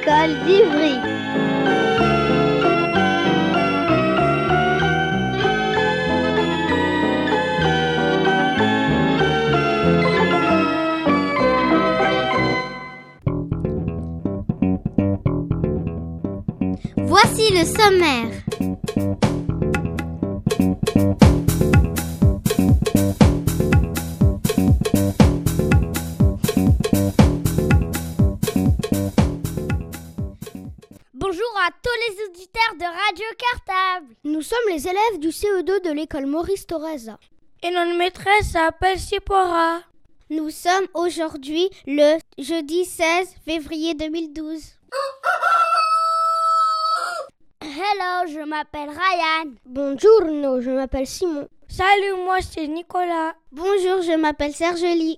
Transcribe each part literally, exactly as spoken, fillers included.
l'école d'Ivry. Voici le sommaire. Bonjour à tous les auditeurs de Radio Cartable. Nous sommes les élèves du C E deux de l'école Maurice Thorez. Et notre maîtresse s'appelle Sipora. Nous sommes aujourd'hui le jeudi seize février deux mille douze. Hello, je m'appelle Ryan. Bonjour, je m'appelle Simon. Salut, moi c'est Nicolas. Bonjour, je m'appelle Sergeli.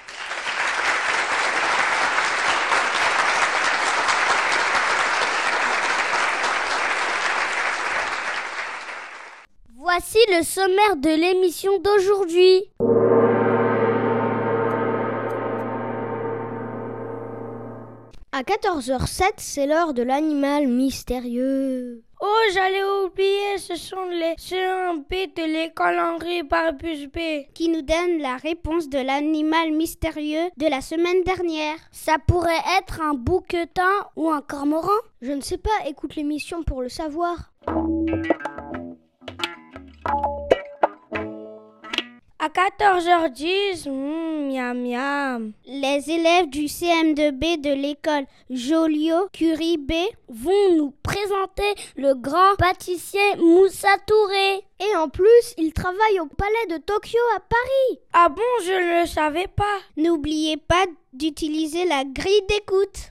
Voici le sommaire de l'émission d'aujourd'hui. À quatorze heures zéro sept, c'est l'heure de l'animal mystérieux. Oh, j'allais oublier, ce sont les C un B de l'école Henri Barbus B. Qui nous donne la réponse de l'animal mystérieux de la semaine dernière. Ça pourrait être un bouquetin ou un cormoran? Je ne sais pas, écoute l'émission pour le savoir. À quatorze heures dix, mmh, miam miam. Les élèves du C M deux B de l'école Joliot-Curie B vont nous présenter le grand pâtissier Moussa Touré. Et en plus, il travaille au palais de Tokyo à Paris. Ah bon, je ne le savais pas. N'oubliez pas d'utiliser la grille d'écoute.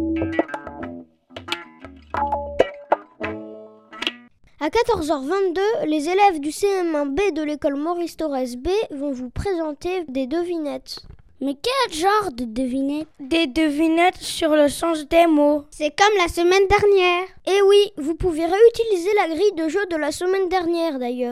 À quatorze heures vingt-deux, les élèves du C M un B de l'école Maurice Thorez B vont vous présenter des devinettes. Mais quel genre de devinettes? Des devinettes sur le sens des mots. C'est comme la semaine dernière. Et oui, vous pouvez réutiliser la grille de jeu de la semaine dernière d'ailleurs.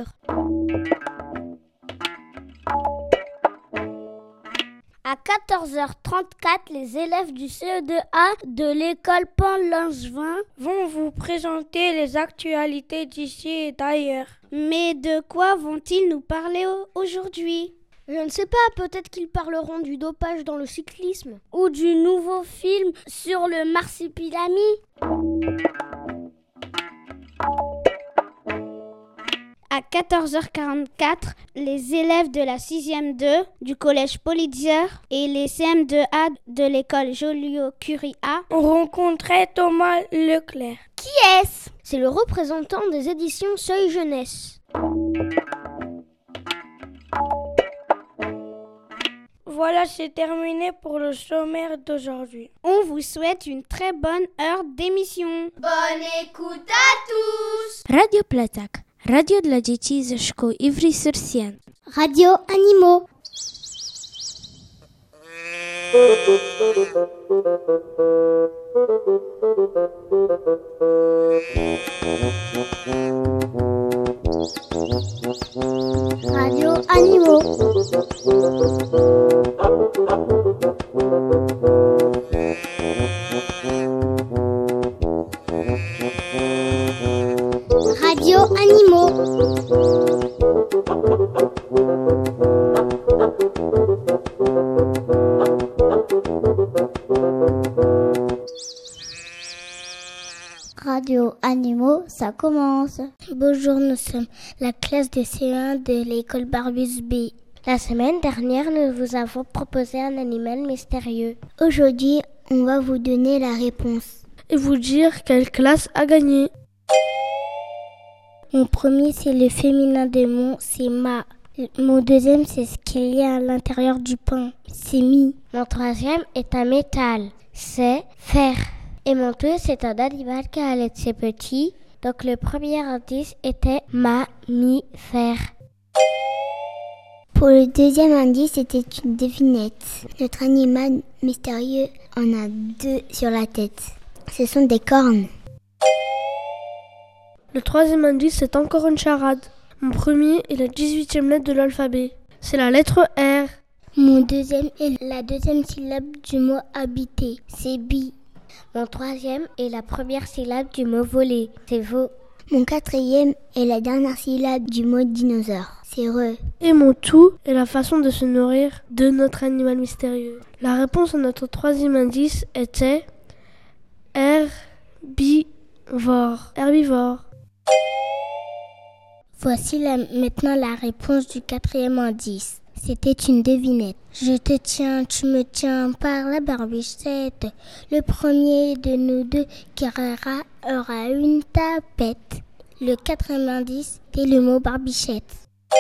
À quatorze heures trente-quatre, les élèves du C E deux A de l'école Paul-Langevin vont vous présenter les actualités d'ici et d'ailleurs. Mais de quoi vont-ils nous parler aujourd'hui? Je ne sais pas, peut-être qu'ils parleront du dopage dans le cyclisme. Ou du nouveau film sur le marsupilami. À quatorze heures quarante-quatre, les élèves de la sixième deux du collège Politzer et les C M deux A de l'école Joliot-Curie A ont rencontré Thomas Leclerc. Qui est-ce? C'est le représentant des éditions Seuil Jeunesse. Voilà, c'est terminé pour le sommaire d'aujourd'hui. On vous souhaite une très bonne heure d'émission. Bonne écoute à tous. Radio Platak. Radio dla dzieci ze szkół Ivry-sur-Seine. Radio Animaux. Radio Animaux. Radio Animaux. Radio Animaux, ça commence. Bonjour, nous sommes la classe de C E un de l'école Barbus B. La semaine dernière, nous vous avons proposé un animal mystérieux. Aujourd'hui, on va vous donner la réponse. Et vous dire quelle classe a gagné. Mon premier, c'est le féminin des mots, c'est ma. Mon deuxième, c'est ce qu'il y a à l'intérieur du pain, c'est mi. Mon troisième est un métal, c'est fer. Et mon deux, c'est un animal qui allait de ses petits. Donc le premier indice était mammifère. Pour le deuxième indice, c'était une devinette. Notre animal mystérieux en a deux sur la tête. Ce sont des cornes. Le troisième indice, c'est encore une charade. Mon premier est la dix-huitième lettre de l'alphabet. C'est la lettre R. Mon deuxième est la deuxième syllabe du mot habiter. C'est bi. Mon troisième est la première syllabe du mot voler. C'est veau. Mon quatrième est la dernière syllabe du mot dinosaure. C'est re. Et mon tout est la façon de se nourrir de notre animal mystérieux. La réponse à notre troisième indice était herbivore. Herbivore. Voici la, maintenant la réponse du quatrième indice. C'était une devinette. Je te tiens, tu me tiens par la barbichette. Le premier de nous deux qui rira aura une tapette. Le quatrième indice est le mot barbichette.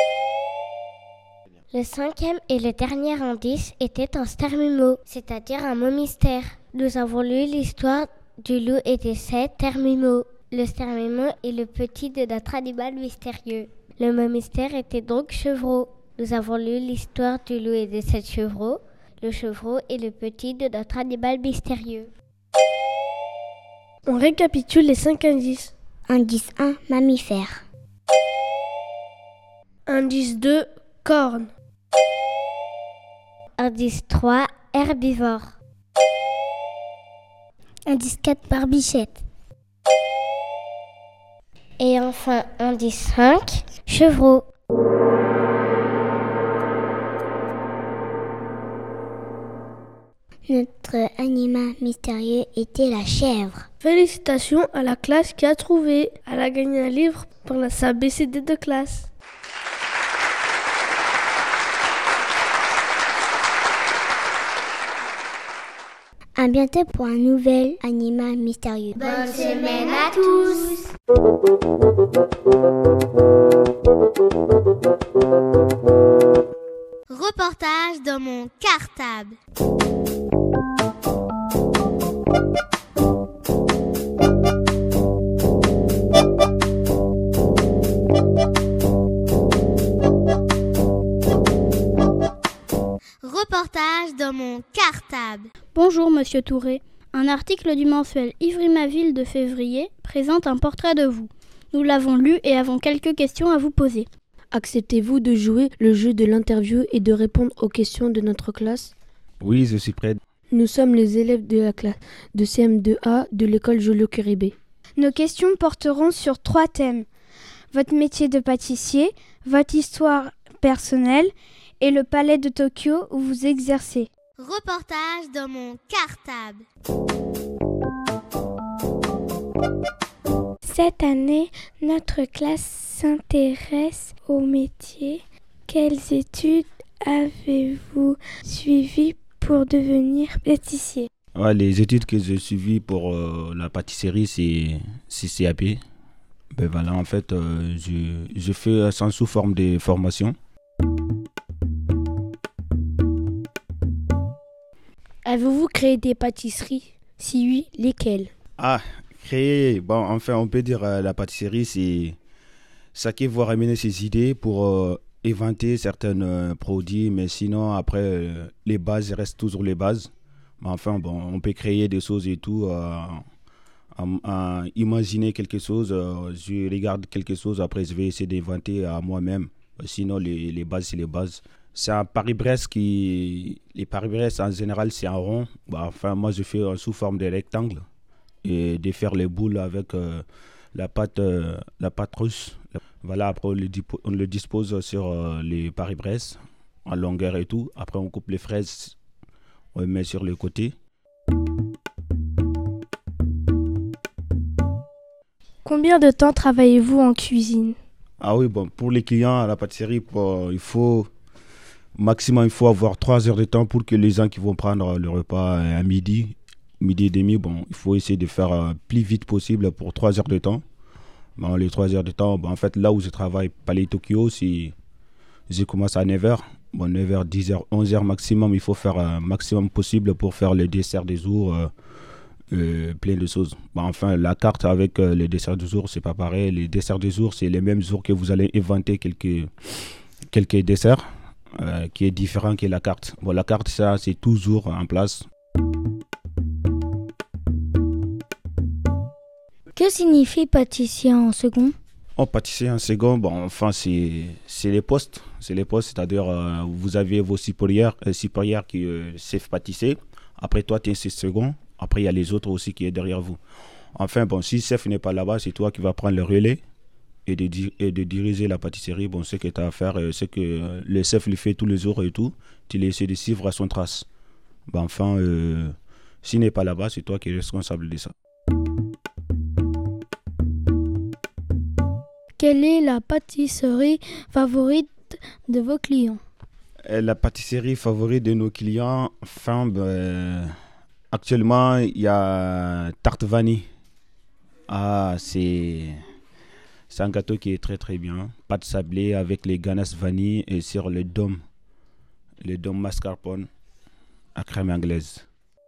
Le cinquième et le dernier indice était un stermimo, c'est-à-dire un mot mystère. Nous avons lu l'histoire du loup et des sept termimo. Le stermimo est le petit de notre animal mystérieux. Le mot mystère était donc chevreau. Nous avons lu l'histoire du loup et des sept chevreaux. Le chevreau est le petit de notre animal mystérieux. On récapitule les cinq indices. Indice un, mammifère. Indice deux, corne. Indice trois, herbivore. Indice quatre, barbichette. Et enfin, indice cinq, chevreau. Notre animal mystérieux était la chèvre. Félicitations à la classe qui a trouvé. Elle a gagné un livre pour la sa B C D de classe. À bientôt pour un nouvel animal mystérieux. Bonne semaine à tous. Reportage dans mon cartable. Reportage dans mon cartable. Bonjour Monsieur Touré. Un article du mensuel Ivry-ma-Ville de février présente un portrait de vous. Nous l'avons lu et avons quelques questions à vous poser. Acceptez-vous de jouer le jeu de l'interview et de répondre aux questions de notre classe ? Oui, je suis prêt. Nous sommes les élèves de la classe de C M deux A de l'école Joliot-Curie. Nos questions porteront sur trois thèmes. Votre métier de pâtissier, votre histoire personnelle et le palais de Tokyo où vous exercez. Reportage dans mon cartable. Cette année, notre classe s'intéresse au métier. Quelles études avez-vous suivies pour devenir pâtissier ? Ouais, les études que j'ai suivies pour euh, la pâtisserie, c'est, c'est C A P. Ben voilà, en fait, euh, je, je fais ça sous forme de formation. Avez-vous créé des pâtisseries ? Si oui, lesquelles ? Ah, créer, bon, enfin, on peut dire euh, la pâtisserie, c'est ça qui va ramener ses idées pour euh, inventer certains euh, produits, mais sinon, après, euh, les bases restent toujours les bases. Mais enfin, bon, on peut créer des choses et tout, euh, à, à imaginer quelque chose, euh, je regarde quelque chose, après, je vais essayer d'inventer à moi-même. Sinon, les, les bases, c'est les bases. C'est un Paris-Brest qui... Les Paris-Brest, en général, c'est en rond. Bah, enfin, moi, je fais sous forme de rectangle. Et de faire les boules avec euh, la pâte euh, la pâte russe. Voilà, après, on le, dipo- on le dispose sur euh, les Paris-Brest, en longueur et tout. Après, on coupe les fraises, on les met sur le côté. Combien de temps travaillez-vous en cuisine ? Ah oui, bon, pour les clients à la pâtisserie, pour, il faut... Maximum, il faut avoir trois heures de temps pour que les gens qui vont prendre le repas à midi, midi et demi, bon, il faut essayer de faire euh, plus vite possible pour trois heures de temps. Bon, les trois heures de temps, bon, en fait, là où je travaille, Palais Tokyo, c'est, je commence à neuf heures. Bon, neuf heures, dix heures, onze heures maximum, il faut faire un maximum possible pour faire les desserts des jours, euh, euh, plein de choses. Bon, enfin, la carte avec euh, les desserts du jour, c'est pas pareil. Les desserts du jour, c'est les mêmes jours que vous allez inventer quelques, quelques desserts. Euh, qui est différent que la carte. Bon, la carte, ça, c'est toujours en place. Que signifie pâtissier en second ? Oh, pâtissier en second, bon, enfin, c'est, c'est les postes. C'est les postes, c'est-à-dire, euh, vous avez vos supérieurs, euh, supérieurs qui euh, savent pâtisser. Après, toi, tu es second. Après, il y a les autres aussi qui est derrière vous. Enfin, bon, si chef n'est pas là-bas, c'est toi qui vas prendre le relais et de, di- et de diriger la pâtisserie. Bon, ce que tu as à faire, euh, c'est que euh, le chef le fait tous les jours et tout. Tu essaies de suivre à son trace. Ben, enfin, euh, s'il n'est pas là-bas, c'est toi qui es responsable de ça. Quelle est la pâtisserie favorite de vos clients? Euh, La pâtisserie favorite de nos clients, enfin, ben, actuellement, il y a tarte vanille. Ah, c'est, c'est un gâteau qui est très très bien. Pâte sablée avec les ganaches vanille et sur le dôme, le dôme mascarpone à crème anglaise.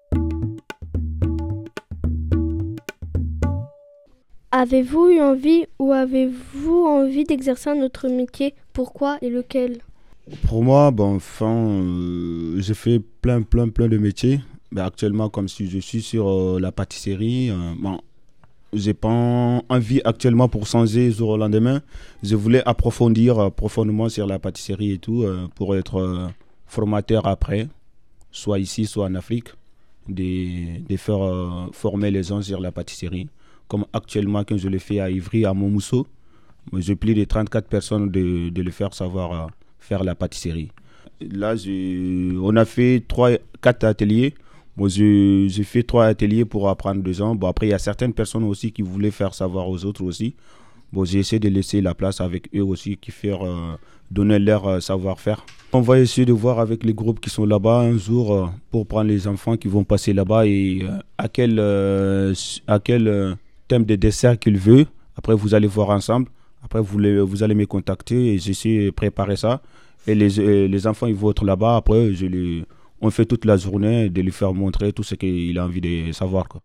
Avez-vous eu envie ou avez-vous envie d'exercer un autre métier? Pourquoi et lequel? Pour moi, bon, enfin, euh, j'ai fait plein, plein, plein de métiers. Mais actuellement, comme si je suis sur euh, la pâtisserie, euh, bon, j'ai pas envie actuellement pour changer jour au lendemain. Je voulais approfondir euh, profondément sur la pâtisserie et tout euh, pour être euh, formateur après, soit ici, soit en Afrique, de, de faire euh, former les gens sur la pâtisserie. Comme actuellement, quand je le fais à Ivry, à Montmousseau, j'ai plus de trente-quatre personnes de, de le faire savoir euh, faire la pâtisserie. Là, je, on a fait trois, quatre ateliers. Moi, je- j'ai fait trois ateliers pour apprendre des gens. Bon, après, il y a certaines personnes aussi qui voulaient faire savoir aux autres aussi. Bon, j'ai essayé de laisser la place avec eux aussi, qui faire euh, donner leur euh, savoir-faire. On va essayer de voir avec les groupes qui sont là-bas un jour euh, pour prendre les enfants qui vont passer là-bas et euh, à quel, euh, s- à quel euh, thème de dessert qu'ils veulent. Après, vous allez voir ensemble. Après, vous, les- vous allez me contacter et j'essaie de préparer ça. Et les, euh, les enfants, ils vont être là-bas. Après, je les, on fait toute la journée de lui faire montrer tout ce qu'il a envie de savoir, quoi.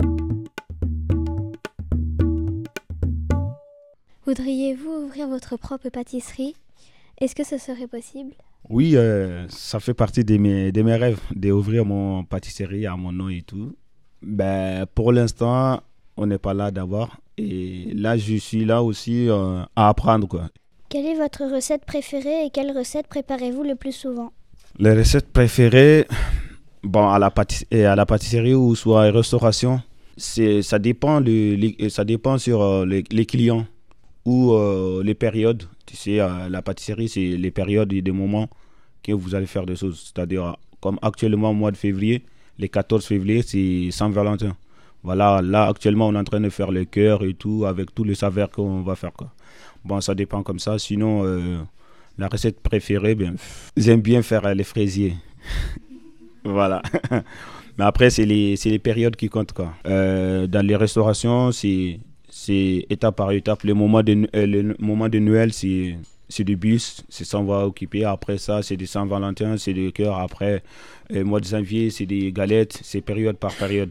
Voudriez-vous ouvrir votre propre pâtisserie? Est-ce que ce serait possible? Oui, euh, ça fait partie de mes, de mes rêves d'ouvrir mon pâtisserie à mon nom et tout. Ben, pour l'instant, on n'est pas là d'abord. Et là, je suis là aussi euh, à apprendre, quoi. Quelle est votre recette préférée et quelle recette préparez-vous le plus souvent? Les recettes préférées, bon, à la, pâtiss- et à la pâtisserie ou soit à la restauration, c'est, ça dépend, le- les- ça dépend sur euh, les, les clients ou euh, les périodes. Tu sais, euh, la pâtisserie, c'est les périodes et des moments que vous allez faire des choses. C'est-à-dire, euh, comme actuellement, au mois de février, le quatorze février, c'est Saint-Valentin. Voilà, là, actuellement, on est en train de faire les cœurs et tout, avec tous les saveurs qu'on va faire, quoi. Bon, ça dépend comme ça. Sinon, euh, la recette préférée, ben, pff, j'aime bien faire euh, les fraisiers. Voilà. Mais après, c'est les, c'est les périodes qui comptent, quoi. Euh, dans les restaurations, c'est, c'est étape par étape. Le moment de, euh, le moment de Noël, c'est, c'est du bus, c'est ça on va occuper. Après ça, c'est des Saint-Valentin, c'est des cœurs. Après, le mois de janvier, c'est des galettes. C'est période par période.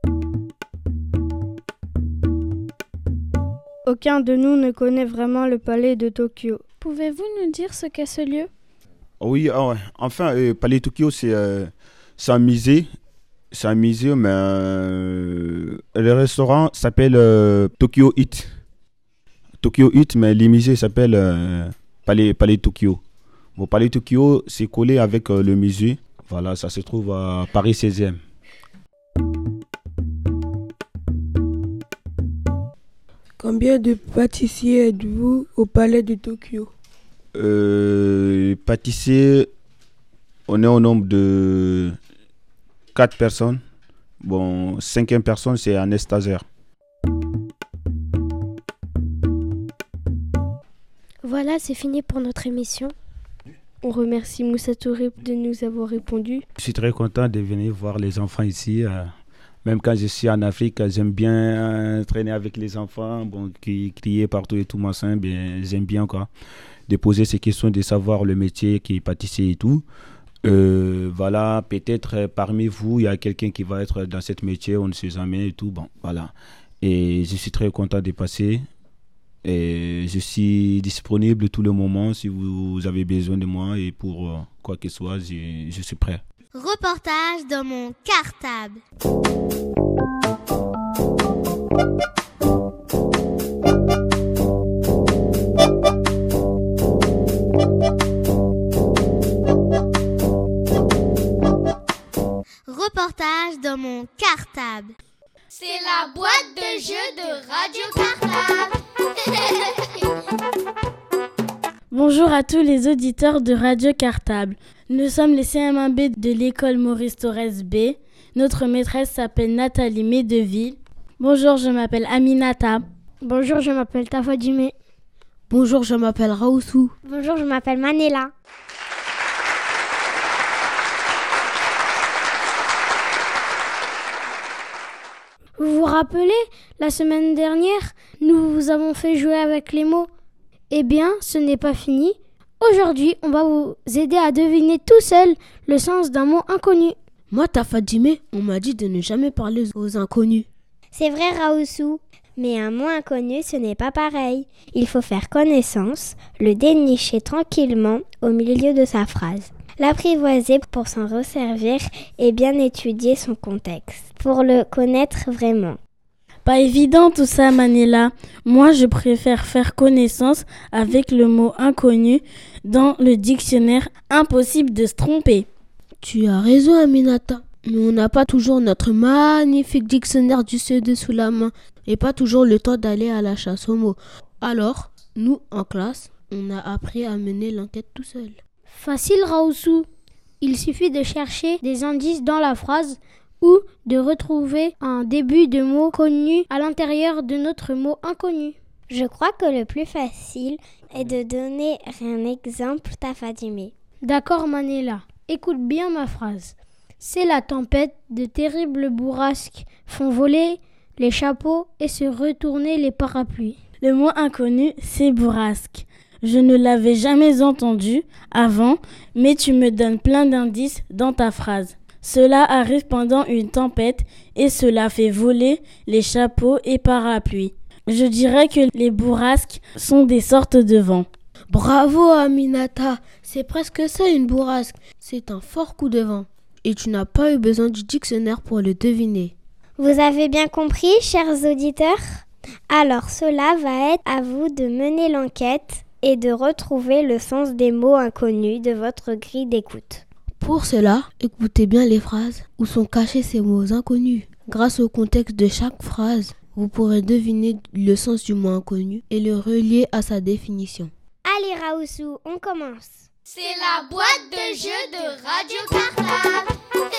Aucun de nous ne connaît vraiment le palais de Tokyo. Pouvez-vous nous dire ce qu'est ce lieu? Oui, ah ouais. Enfin, euh, Palais Tokyo, c'est euh, c'est un musée. C'est un musée, mais euh, le restaurant s'appelle euh, Tokyo Eat. Tokyo Eat, mais le musée s'appelle euh, Palais, Palais Tokyo. Bon, Palais Tokyo, c'est collé avec euh, le musée. Voilà, ça se trouve à Paris seizième. Combien de pâtissiers êtes-vous au palais de Tokyo? Euh, pâtissier, on est au nombre de quatre personnes. Bon, cinquième personne, c'est un stagiaire. Voilà, c'est fini pour notre émission. On remercie Moussa Touré de nous avoir répondu. Je suis très content de venir voir les enfants ici. euh, Même quand je suis en Afrique, j'aime bien euh, traîner avec les enfants, bon, qui crier partout et tout, machin, bien, j'aime bien, quoi. De poser ces questions, de savoir le métier qui est pâtissier et tout. Euh, voilà, peut-être euh, parmi vous, il y a quelqu'un qui va être dans ce métier, on ne sait jamais et tout. Bon, voilà. Et je suis très content de passer. Et je suis disponible tout le moment si vous avez besoin de moi et pour euh, quoi que ce soit, je, je suis prêt. Reportage dans mon cartable. Reportage reportage dans mon cartable. C'est la boîte de jeux de Radio Cartable. Bonjour à tous les auditeurs de Radio Cartable. Nous sommes les C M un B de l'école Maurice Thorez B. Notre maîtresse s'appelle Nathalie Médeville. Bonjour, je m'appelle Aminata. Bonjour, je m'appelle Tafadjime. Bonjour, je m'appelle Raoussou. Bonjour, je m'appelle Manela. Vous vous rappelez, la semaine dernière, nous vous avons fait jouer avec les mots. Eh bien, ce n'est pas fini. Aujourd'hui, on va vous aider à deviner tout seul le sens d'un mot inconnu. Moi, Tafadjime, on m'a dit de ne jamais parler aux inconnus. C'est vrai, Raoussou. Mais un mot inconnu, ce n'est pas pareil. Il faut faire connaissance, le dénicher tranquillement au milieu de sa phrase, l'apprivoiser pour s'en resservir et bien étudier son contexte, pour le connaître vraiment. Pas évident tout ça, Manela. Moi, je préfère faire connaissance avec le mot inconnu dans le dictionnaire. Impossible de se tromper. Tu as raison, Aminata. Mais on n'a pas toujours notre magnifique dictionnaire du C E deux sous la main et pas toujours le temps d'aller à la chasse aux mots. Alors, nous, en classe, on a appris à mener l'enquête tout seul. Facile, Raoussou. Il suffit de chercher des indices dans la phrase ou de retrouver un début de mot connu à l'intérieur de notre mot inconnu. Je crois que le plus facile est de donner un exemple, Tafadjime. D'accord, Manela. Écoute bien ma phrase. C'est la tempête, de terribles bourrasques font voler les chapeaux et se retourner les parapluies. Le mot inconnu, c'est bourrasque. Je ne l'avais jamais entendu avant, mais tu me donnes plein d'indices dans ta phrase. Cela arrive pendant une tempête et cela fait voler les chapeaux et parapluies. Je dirais que les bourrasques sont des sortes de vent. Bravo, Aminata. C'est presque ça une bourrasque. C'est un fort coup de vent. Et tu n'as pas eu besoin du dictionnaire pour le deviner. Vous avez bien compris, chers auditeurs ? Alors cela va être à vous de mener l'enquête et de retrouver le sens des mots inconnus de votre grille d'écoute. Pour cela, écoutez bien les phrases où sont cachés ces mots inconnus. Grâce au contexte de chaque phrase, vous pourrez deviner le sens du mot inconnu et le relier à sa définition. Allez Raoussou, on commence. C'est la boîte de jeux de Radio Cartable.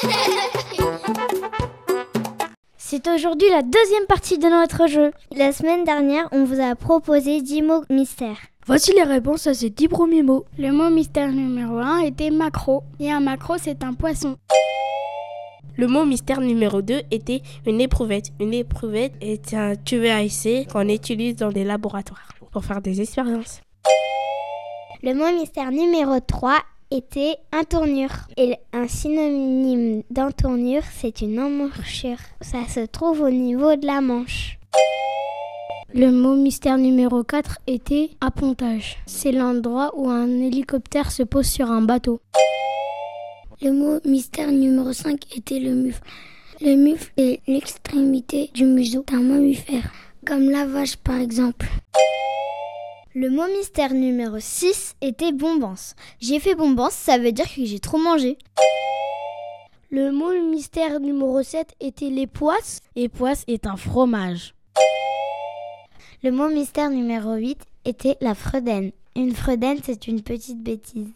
C'est aujourd'hui la deuxième partie de notre jeu. La semaine dernière, on vous a proposé dix mots mystères. Voici les réponses à ces dix premiers mots. Le mot mystère numéro un était maquereau. Et un maquereau, c'est un poisson. Le mot mystère numéro deux était une éprouvette. Une éprouvette est un tueur à essai qu'on utilise dans des laboratoires pour faire des expériences. Le mot mystère numéro trois était entournure. Et un synonyme d'entournure, c'est une emmanchure. Ça se trouve au niveau de la manche. Le mot mystère numéro quatre était appontage. C'est l'endroit où un hélicoptère se pose sur un bateau. Le mot mystère numéro cinq était le mufle. Le mufle est l'extrémité du museau d'un mammifère, comme la vache par exemple. Le mot mystère numéro six était bombance. J'ai fait bombance, ça veut dire que j'ai trop mangé. Le mot mystère numéro sept était les poisses. Et poisse est un fromage. Le mot mystère numéro huit était la fredaine. Une fredaine, c'est une petite bêtise.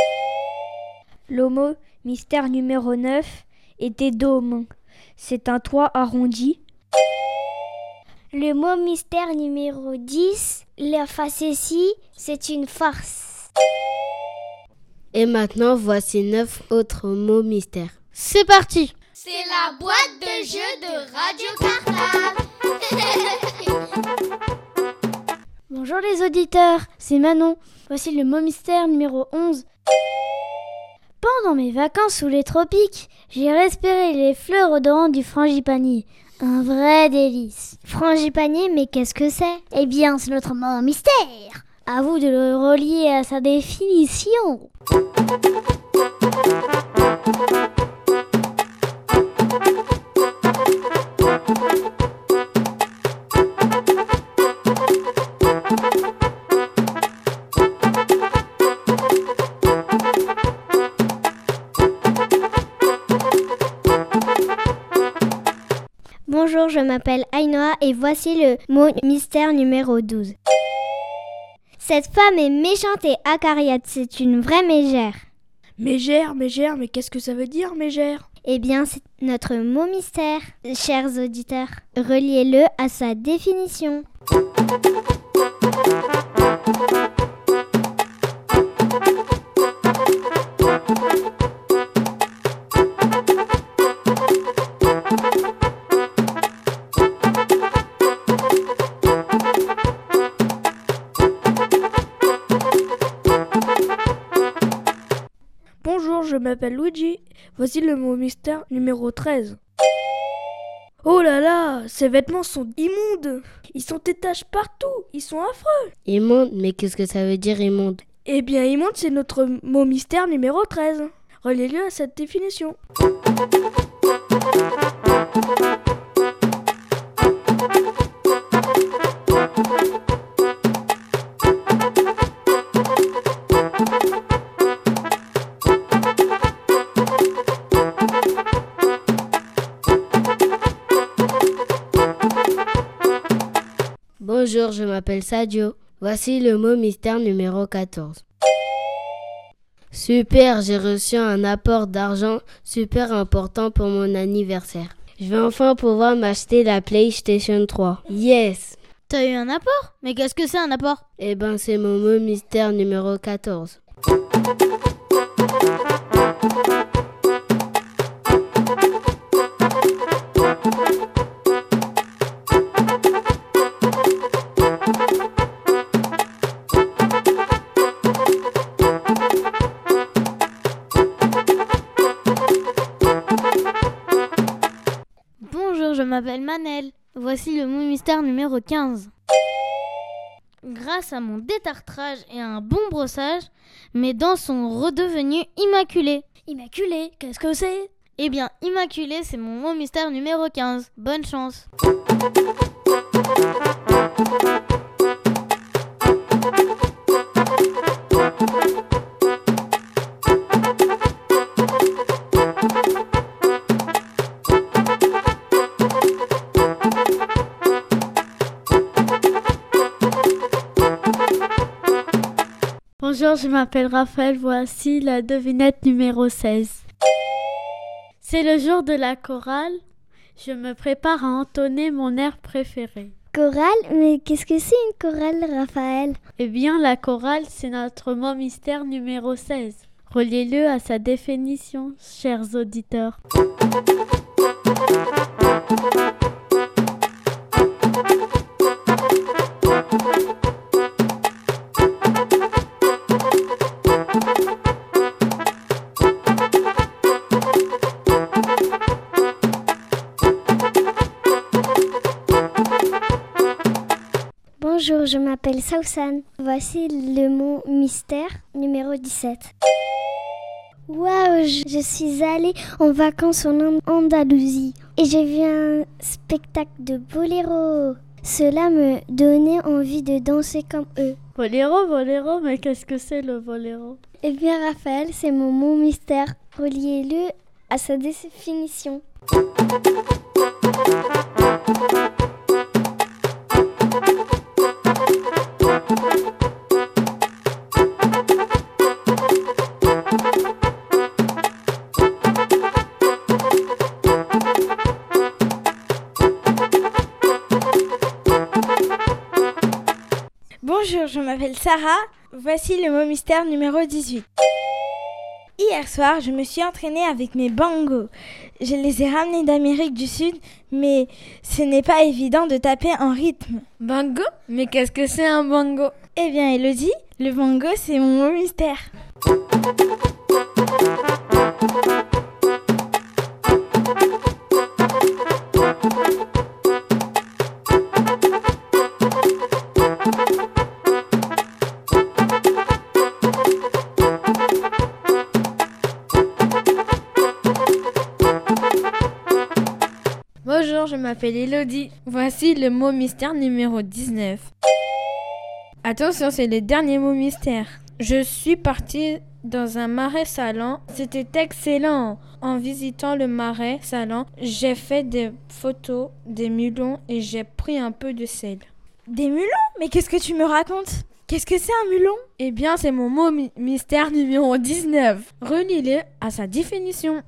Le mot mystère numéro neuf était dôme. C'est un toit arrondi. Le mot mystère numéro dix, la facétie, c'est une farce. Et maintenant, voici neuf autres mots mystères. C'est parti! C'est la boîte de jeux de Radio Cartable. Bonjour les auditeurs, c'est Manon. Voici le mot mystère numéro onze. Pendant mes vacances sous les tropiques, j'ai respiré les fleurs odorantes du frangipanier. Un vrai délice. Frangipanier, mais qu'est-ce que c'est ? Eh bien, c'est notre mot mystère. À vous de le relier à sa définition. Bonjour, je m'appelle Ainoa et voici le mot mystère numéro douze. Cette femme est méchante et acariâtre, c'est une vraie mégère. Mégère, mégère, mais qu'est-ce que ça veut dire, mégère? Eh bien, c'est notre mot mystère, chers auditeurs. Reliez-le à sa définition. Bonjour, je m'appelle Luigi. Voici le mot mystère numéro treize. Oh là là, ces vêtements sont immondes. Ils sont des taches partout. Ils sont affreux. Immonde, mais qu'est-ce que ça veut dire immonde? Eh bien, immonde, c'est notre mot mystère numéro treize. Reliez-le à cette définition. Bonjour, je m'appelle Sadio. Voici le mot mystère numéro quatorze. Super, j'ai reçu un apport d'argent super important pour mon anniversaire. Je vais enfin pouvoir m'acheter la PlayStation trois. Yes! T'as eu un apport? Mais qu'est-ce que c'est un apport? Eh ben, c'est mon mot mystère numéro quatorze. Bonjour, je m'appelle Manel. Voici le mot mystère numéro quinze. Grâce à mon détartrage et à un bon brossage, mes dents sont redevenues immaculées. Immaculée, qu'est-ce que c'est? Eh bien, immaculée, c'est mon mot mystère numéro quinze. Bonne chance. Bonjour, je m'appelle Raphaël, voici la devinette numéro seize. C'est le jour de la chorale, je me prépare à entonner mon air préféré. Chorale? Mais qu'est-ce que c'est une chorale, Raphaël? Eh bien, la chorale, c'est notre mot mystère numéro seize. Reliez-le à sa définition, chers auditeurs. Bonjour, je m'appelle Saoussane. Voici le mot mystère numéro dix-sept. Waouh, je, je suis allée en vacances en Andalousie et j'ai vu un spectacle de boléro. Cela me donnait envie de danser comme eux. Boléro, boléro, mais qu'est-ce que c'est le boléro? Eh bien, Raphaël, c'est mon mot mystère. Reliez-le à sa définition. Bonjour, je m'appelle Sarah. Voici le mot mystère numéro dix-huit. Hier soir, je me suis entraînée avec mes bongos. Je les ai ramenés d'Amérique du Sud, mais ce n'est pas évident de taper en rythme. Bongo? Mais qu'est-ce que c'est un bongo? Eh bien, Elodie, le bongo, c'est mon mot mystère. Bonjour, je m'appelle Elodie. Voici le mot mystère numéro dix-neuf. Attention, c'est le dernier mot mystère. Je suis partie dans un marais salant. C'était excellent. En visitant le marais salant, j'ai fait des photos des mulons et j'ai pris un peu de sel. Des mulons? Mais qu'est-ce que tu me racontes? Qu'est-ce que c'est un mulon? Eh bien, c'est mon mot mi- mystère numéro dix-neuf. Relis-le à sa définition.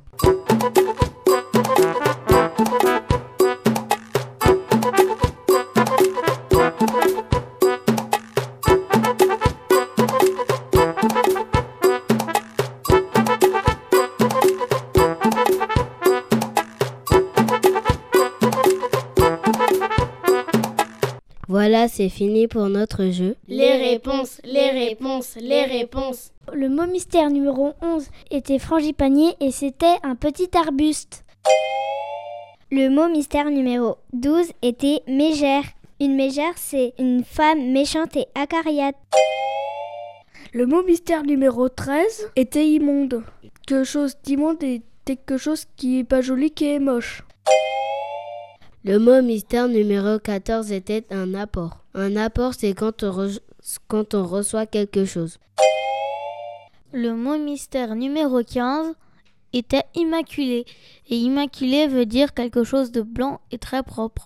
Voilà, c'est fini pour notre jeu. Les réponses, les réponses, les réponses. Le mot mystère numéro onze était frangipanier et c'était un petit arbuste. Le mot mystère numéro douze était mégère. Une mégère, c'est une femme méchante et acariâtre. Le mot mystère numéro treize était immonde. Quelque chose d'immonde est quelque chose qui est pas joli, qui est moche. Le mot mystère numéro quatorze était un apport. Un apport, c'est quand on, re- quand on reçoit quelque chose. Le mot mystère numéro quinze était immaculé. Et immaculé veut dire quelque chose de blanc et très propre.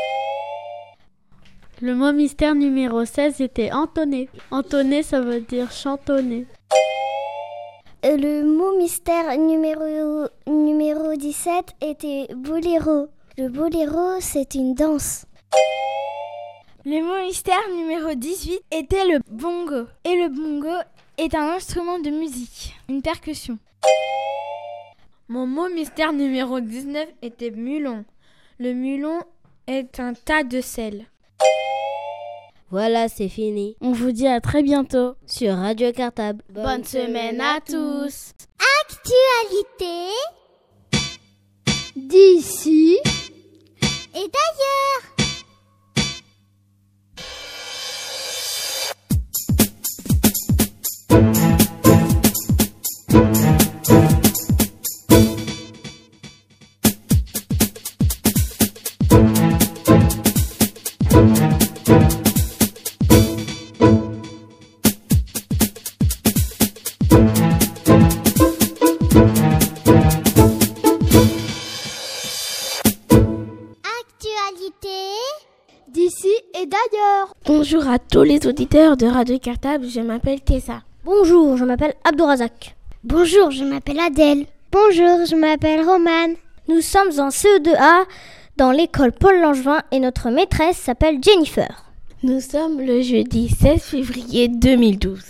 Le mot mystère numéro seize était entonné. Entonné, ça veut dire chantonner. Le mot mystère numéro, numéro dix-sept était boléro. Le boléro, c'est une danse. Le mot mystère numéro dix-huit était le bongo. Et le bongo est un instrument de musique, une percussion. Mon mot mystère numéro dix-neuf était mulon. Le mulon est un tas de sel. Voilà, c'est fini. On vous dit à très bientôt sur Radio Cartable. Bonne, Bonne semaine à tous. Actualité d'ici et d'ailleurs. D'ici et d'ailleurs. Bonjour à tous les auditeurs de Radio Cartable, je m'appelle Tessa. Bonjour, je m'appelle Abdourazak. Bonjour, je m'appelle Adèle. Bonjour, je m'appelle Romane. Nous sommes en C E deux A dans l'école Paul Langevin et notre maîtresse s'appelle Jennifer. Nous sommes le jeudi seize février deux mille douze.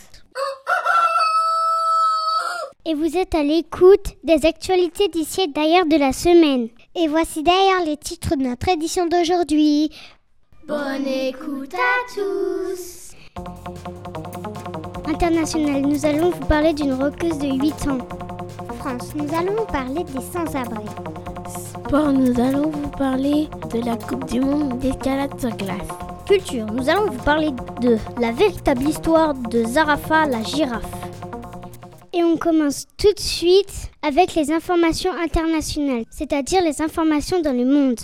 Et vous êtes à l'écoute des actualités d'ici et d'ailleurs de la semaine. Et voici d'ailleurs les titres de notre édition d'aujourd'hui. Bonne écoute à tous. International, nous allons vous parler d'une roqueuse de huit ans. France, nous allons vous parler des sans-abri. Sport, nous allons vous parler de la Coupe du Monde d'escalade sur glace. Culture, nous allons vous parler de la véritable histoire de Zarafa la girafe. Et on commence tout de suite avec les informations internationales, c'est-à-dire les informations dans le monde.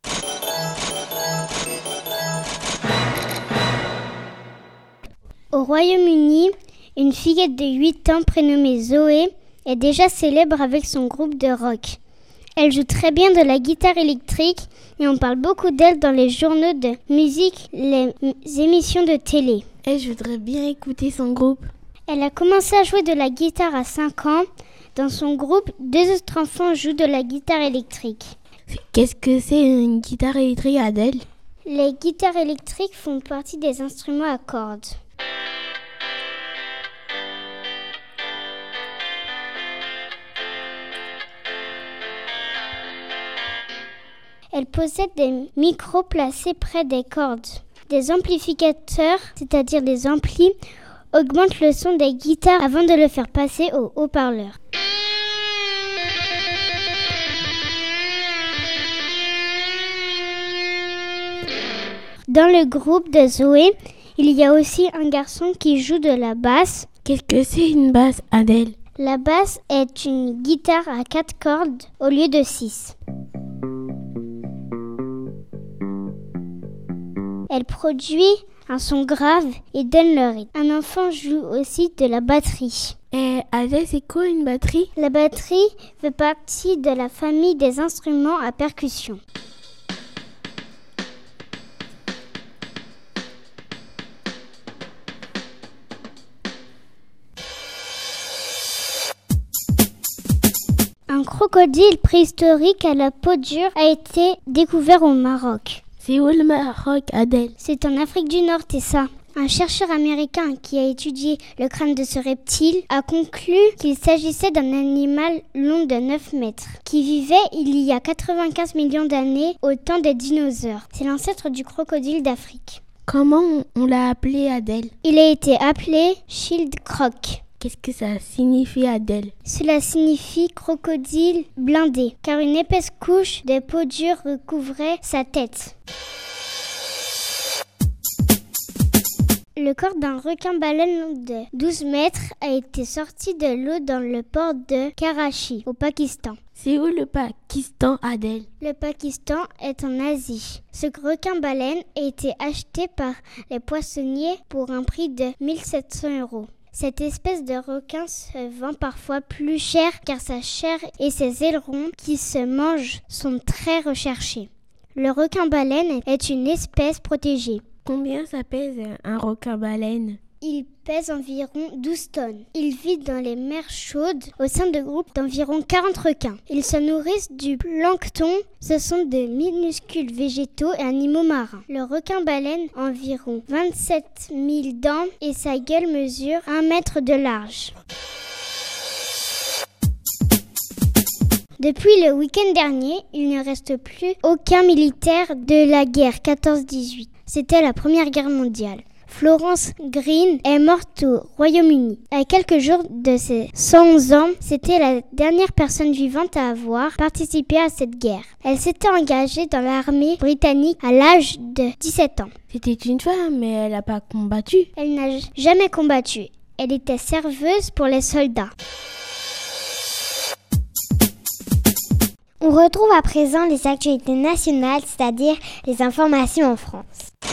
Au Royaume-Uni, une fillette de huit ans prénommée Zoé est déjà célèbre avec son groupe de rock. Elle joue très bien de la guitare électrique et on parle beaucoup d'elle dans les journaux de musique, les émissions de télé. Et je voudrais bien écouter son groupe. Elle a commencé à jouer de la guitare à cinq ans. Dans son groupe, deux autres enfants jouent de la guitare électrique. Qu'est-ce que c'est une guitare électrique, Adèle ? Les guitares électriques font partie des instruments à cordes. Elle possède des micros placés près des cordes. Des amplificateurs, c'est-à-dire des amplis, augmentent le son des guitares avant de le faire passer au haut-parleur. Dans le groupe de Zoé, il y a aussi un garçon qui joue de la basse. Qu'est-ce que c'est une basse, Adèle ? La basse est une guitare à quatre cordes au lieu de six. Elle produit un son grave et donne le rythme. Un enfant joue aussi de la batterie. Et Adèle, c'est quoi une batterie? La batterie fait partie de la famille des instruments à percussion. Un crocodile préhistorique à la peau dure a été découvert au Maroc. C'est où le Maroc, Adèle? C'est en Afrique du Nord, c'est ça. Un chercheur américain qui a étudié le crâne de ce reptile a conclu qu'il s'agissait d'un animal long de neuf mètres, qui vivait il y a quatre-vingt-quinze millions d'années au temps des dinosaures. C'est l'ancêtre du crocodile d'Afrique. Comment on l'a appelé, Adèle? Il a été appelé Schildkröte. Qu'est-ce que ça signifie, Adèle? Cela signifie crocodile blindé, car une épaisse couche de peau dure recouvrait sa tête. Le corps d'un requin-baleine de douze mètres a été sorti de l'eau dans le port de Karachi, au Pakistan. C'est où le Pakistan, Adèle? Le Pakistan est en Asie. Ce requin-baleine a été acheté par les poissonniers pour un prix de mille sept cents euros. Cette espèce de requin se vend parfois plus cher car sa chair et ses ailerons qui se mangent sont très recherchés. Le requin-baleine est une espèce protégée. Combien ça pèse un requin-baleine? Il pèse environ douze tonnes. Il vit dans les mers chaudes au sein de groupes d'environ quarante requins. Ils se nourrissent du plancton. Ce sont de minuscules végétaux et animaux marins. Le requin-baleine a environ vingt-sept mille dents et sa gueule mesure un mètre de large. Depuis le week-end dernier, il ne reste plus aucun militaire de la guerre quatorze dix-huit. C'était la Première Guerre mondiale. Florence Green est morte au Royaume-Uni. À quelques jours de ses cent ans, c'était la dernière personne vivante à avoir participé à cette guerre. Elle s'était engagée dans l'armée britannique à l'âge de dix-sept ans. C'était une femme, mais elle n'a pas combattu. Elle n'a jamais combattu. Elle était serveuse pour les soldats. On retrouve à présent les actualités nationales, c'est-à-dire les informations en France.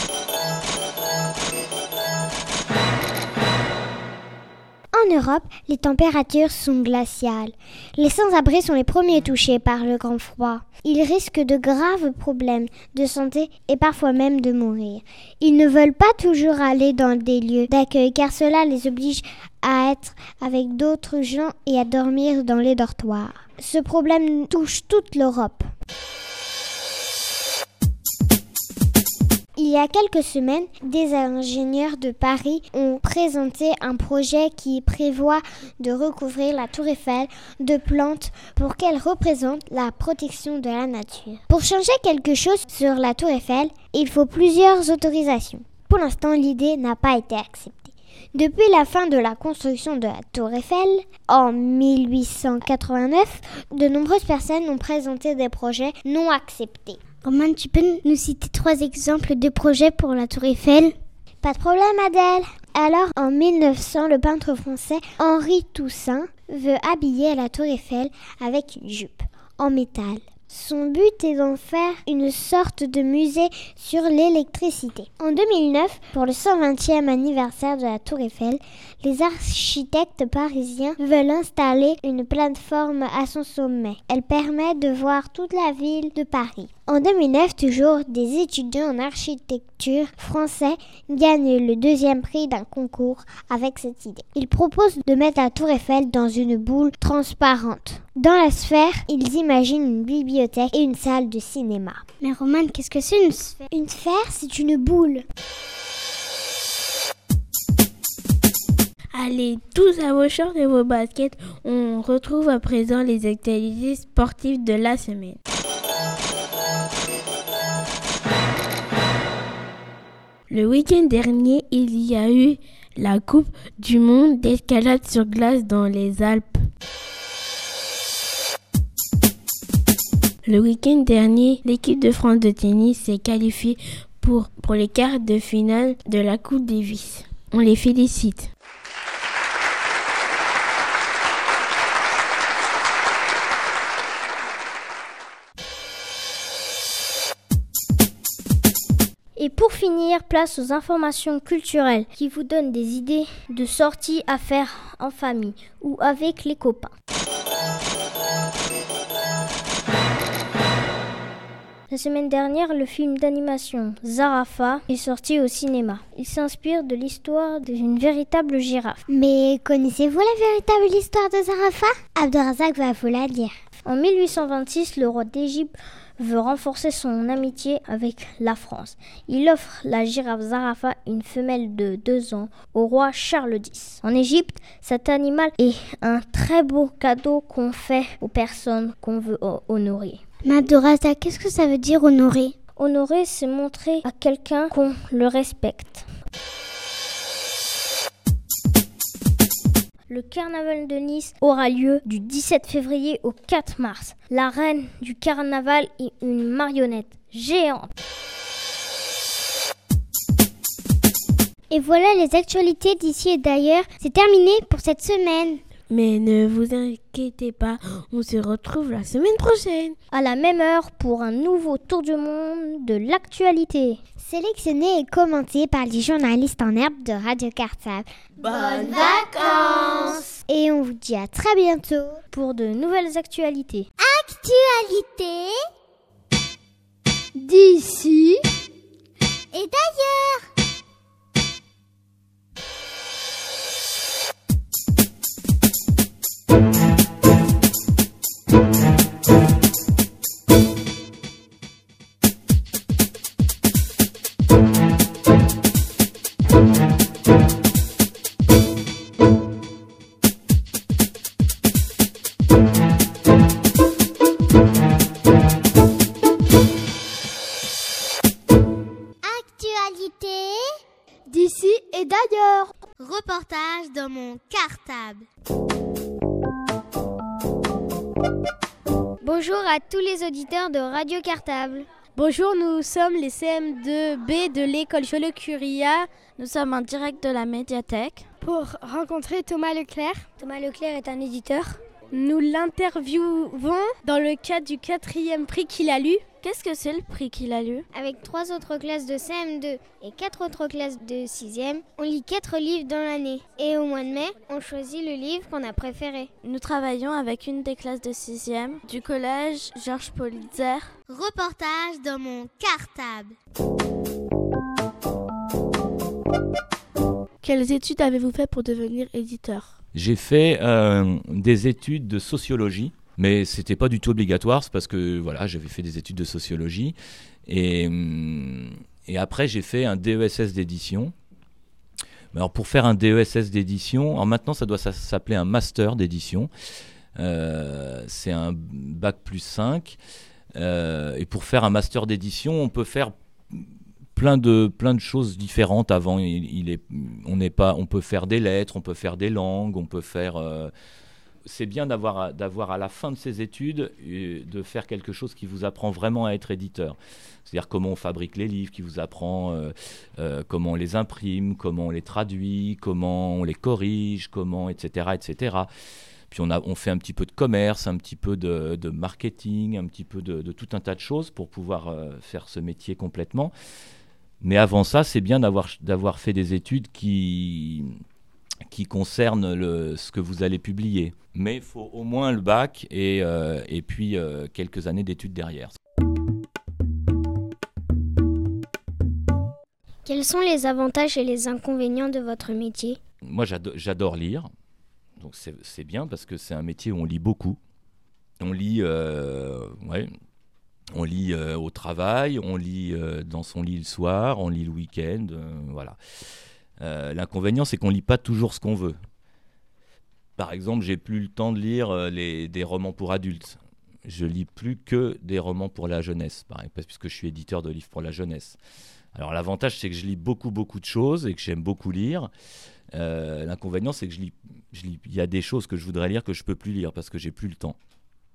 En Europe, les températures sont glaciales. Les sans-abri sont les premiers touchés par le grand froid. Ils risquent de graves problèmes de santé et parfois même de mourir. Ils ne veulent pas toujours aller dans des lieux d'accueil car cela les oblige à être avec d'autres gens et à dormir dans les dortoirs. Ce problème touche toute l'Europe. Il y a quelques semaines, des ingénieurs de Paris ont présenté un projet qui prévoit de recouvrir la Tour Eiffel de plantes pour qu'elle représente la protection de la nature. Pour changer quelque chose sur la Tour Eiffel, il faut plusieurs autorisations. Pour l'instant, l'idée n'a pas été acceptée. Depuis la fin de la construction de la Tour Eiffel, en mille huit cent quatre-vingt-neuf, de nombreuses personnes ont présenté des projets non acceptés. Roman, tu peux nous citer trois exemples de projets pour la Tour Eiffel? Pas de problème, Adèle. Alors, en mille neuf cents, le peintre français Henri Toussaint veut habiller la Tour Eiffel avec une jupe en métal. Son but est d'en faire une sorte de musée sur l'électricité. En deux mille neuf, pour le cent vingtième anniversaire de la Tour Eiffel, les architectes parisiens veulent installer une plateforme à son sommet. Elle permet de voir toute la ville de Paris. En deux mille neuf, toujours, des étudiants en architecture français gagnent le deuxième prix d'un concours avec cette idée. Ils proposent de mettre la Tour Eiffel dans une boule transparente. Dans la sphère, ils imaginent une bibliothèque et une salle de cinéma. Mais Romane, qu'est-ce que c'est une sphère? Une sphère, c'est une boule. Allez, tous à vos shorts et vos baskets, on retrouve à présent les actualités sportives de la semaine. Le week-end dernier, il y a eu la Coupe du monde d'escalade sur glace dans les Alpes. Le week-end dernier, l'équipe de France de tennis s'est qualifiée pour, pour les quarts de finale de la Coupe Davis. On les félicite. Et pour finir, place aux informations culturelles qui vous donnent des idées de sorties à faire en famille ou avec les copains. La semaine dernière, le film d'animation Zarafa est sorti au cinéma. Il s'inspire de l'histoire d'une véritable girafe. Mais connaissez-vous la véritable histoire de Zarafa? Abderrazak va vous la dire. En mille huit cent vingt-six, le roi d'Égypte veut renforcer son amitié avec la France. Il offre la girafe Zarafa, une femelle de deux ans, au roi Charles X. En Égypte, cet animal est un très beau cadeau qu'on fait aux personnes qu'on veut honorer. Mais Abderrazak, qu'est-ce que ça veut dire honorer? Honorer, c'est montrer à quelqu'un qu'on le respecte. Le carnaval de Nice aura lieu du dix-sept février au quatre mars. La reine du carnaval est une marionnette géante. Et voilà les actualités d'ici et d'ailleurs. C'est terminé pour cette semaine. Mais ne vous inquiétez pas, on se retrouve la semaine prochaine. À la même heure pour un nouveau tour du monde de l'actualité. Sélectionné et commenté par les journalistes en herbe de Radio Cartable. Bonnes vacances! Et on vous dit à très bientôt pour de nouvelles actualités. Actualité d'ici et d'ailleurs. D'ici et d'ailleurs. Reportage dans mon cartable. Bonjour à tous les auditeurs de Radio Cartable. Bonjour, nous sommes les C M deux B de l'école Joliot-Curia. Nous sommes en direct de la médiathèque pour rencontrer Thomas Leclerc. Thomas Leclerc est un éditeur. Nous l'interviewons dans le cadre du quatrième prix qu'il a lu. Qu'est-ce que c'est le prix qu'il a lu? Avec trois autres classes de C M deux et quatre autres classes de sixième, on lit quatre livres dans l'année. Et au mois de mai, on choisit le livre qu'on a préféré. Nous travaillons avec une des classes de sixième du collège Georges Politzer. Reportage dans mon cartable. Quelles études avez-vous fait pour devenir éditeur? J'ai fait euh, des études de sociologie. Mais c'était pas du tout obligatoire, c'est parce que voilà, j'avais fait des études de sociologie et, et après j'ai fait un D E S S d'édition. Alors pour faire un D E S S d'édition, alors maintenant ça doit s'appeler un master d'édition. Euh, c'est un bac plus cinq. Euh, et pour faire un master d'édition, on peut faire plein de plein de choses différentes. Avant, il, il est, on n'est pas, on peut faire des lettres, on peut faire des langues, on peut faire euh, c'est bien d'avoir, d'avoir à la fin de ces études euh, de faire quelque chose qui vous apprend vraiment à être éditeur. C'est-à-dire comment on fabrique les livres, qui vous apprend euh, euh, comment on les imprime, comment on les traduit, comment on les corrige, comment, et cetera, et cetera. Puis on, a, on fait un petit peu de commerce, un petit peu de, de marketing, un petit peu de, de tout un tas de choses pour pouvoir euh, faire ce métier complètement. Mais avant ça, c'est bien d'avoir, d'avoir fait des études qui... qui concerne le, ce que vous allez publier. Mais il faut au moins le bac et, euh, et puis euh, quelques années d'études derrière. Quels sont les avantages et les inconvénients de votre métier? Moi, j'adore, j'adore lire. Donc c'est, c'est bien parce que c'est un métier où on lit beaucoup. On lit, euh, ouais, on lit euh, au travail, on lit euh, dans son lit le soir, on lit le week-end, euh, voilà. Euh, l'inconvénient, c'est qu'on ne lit pas toujours ce qu'on veut. Par exemple, j'ai plus le temps de lire euh, les, des romans pour adultes. Je lis plus que des romans pour la jeunesse, par exemple, puisque je suis éditeur de livres pour la jeunesse. Alors l'avantage, c'est que je lis beaucoup, beaucoup de choses et que j'aime beaucoup lire. Euh, l'inconvénient, c'est que je lis, je lis, il y a des choses que je voudrais lire que je ne peux plus lire parce que j'ai plus le temps.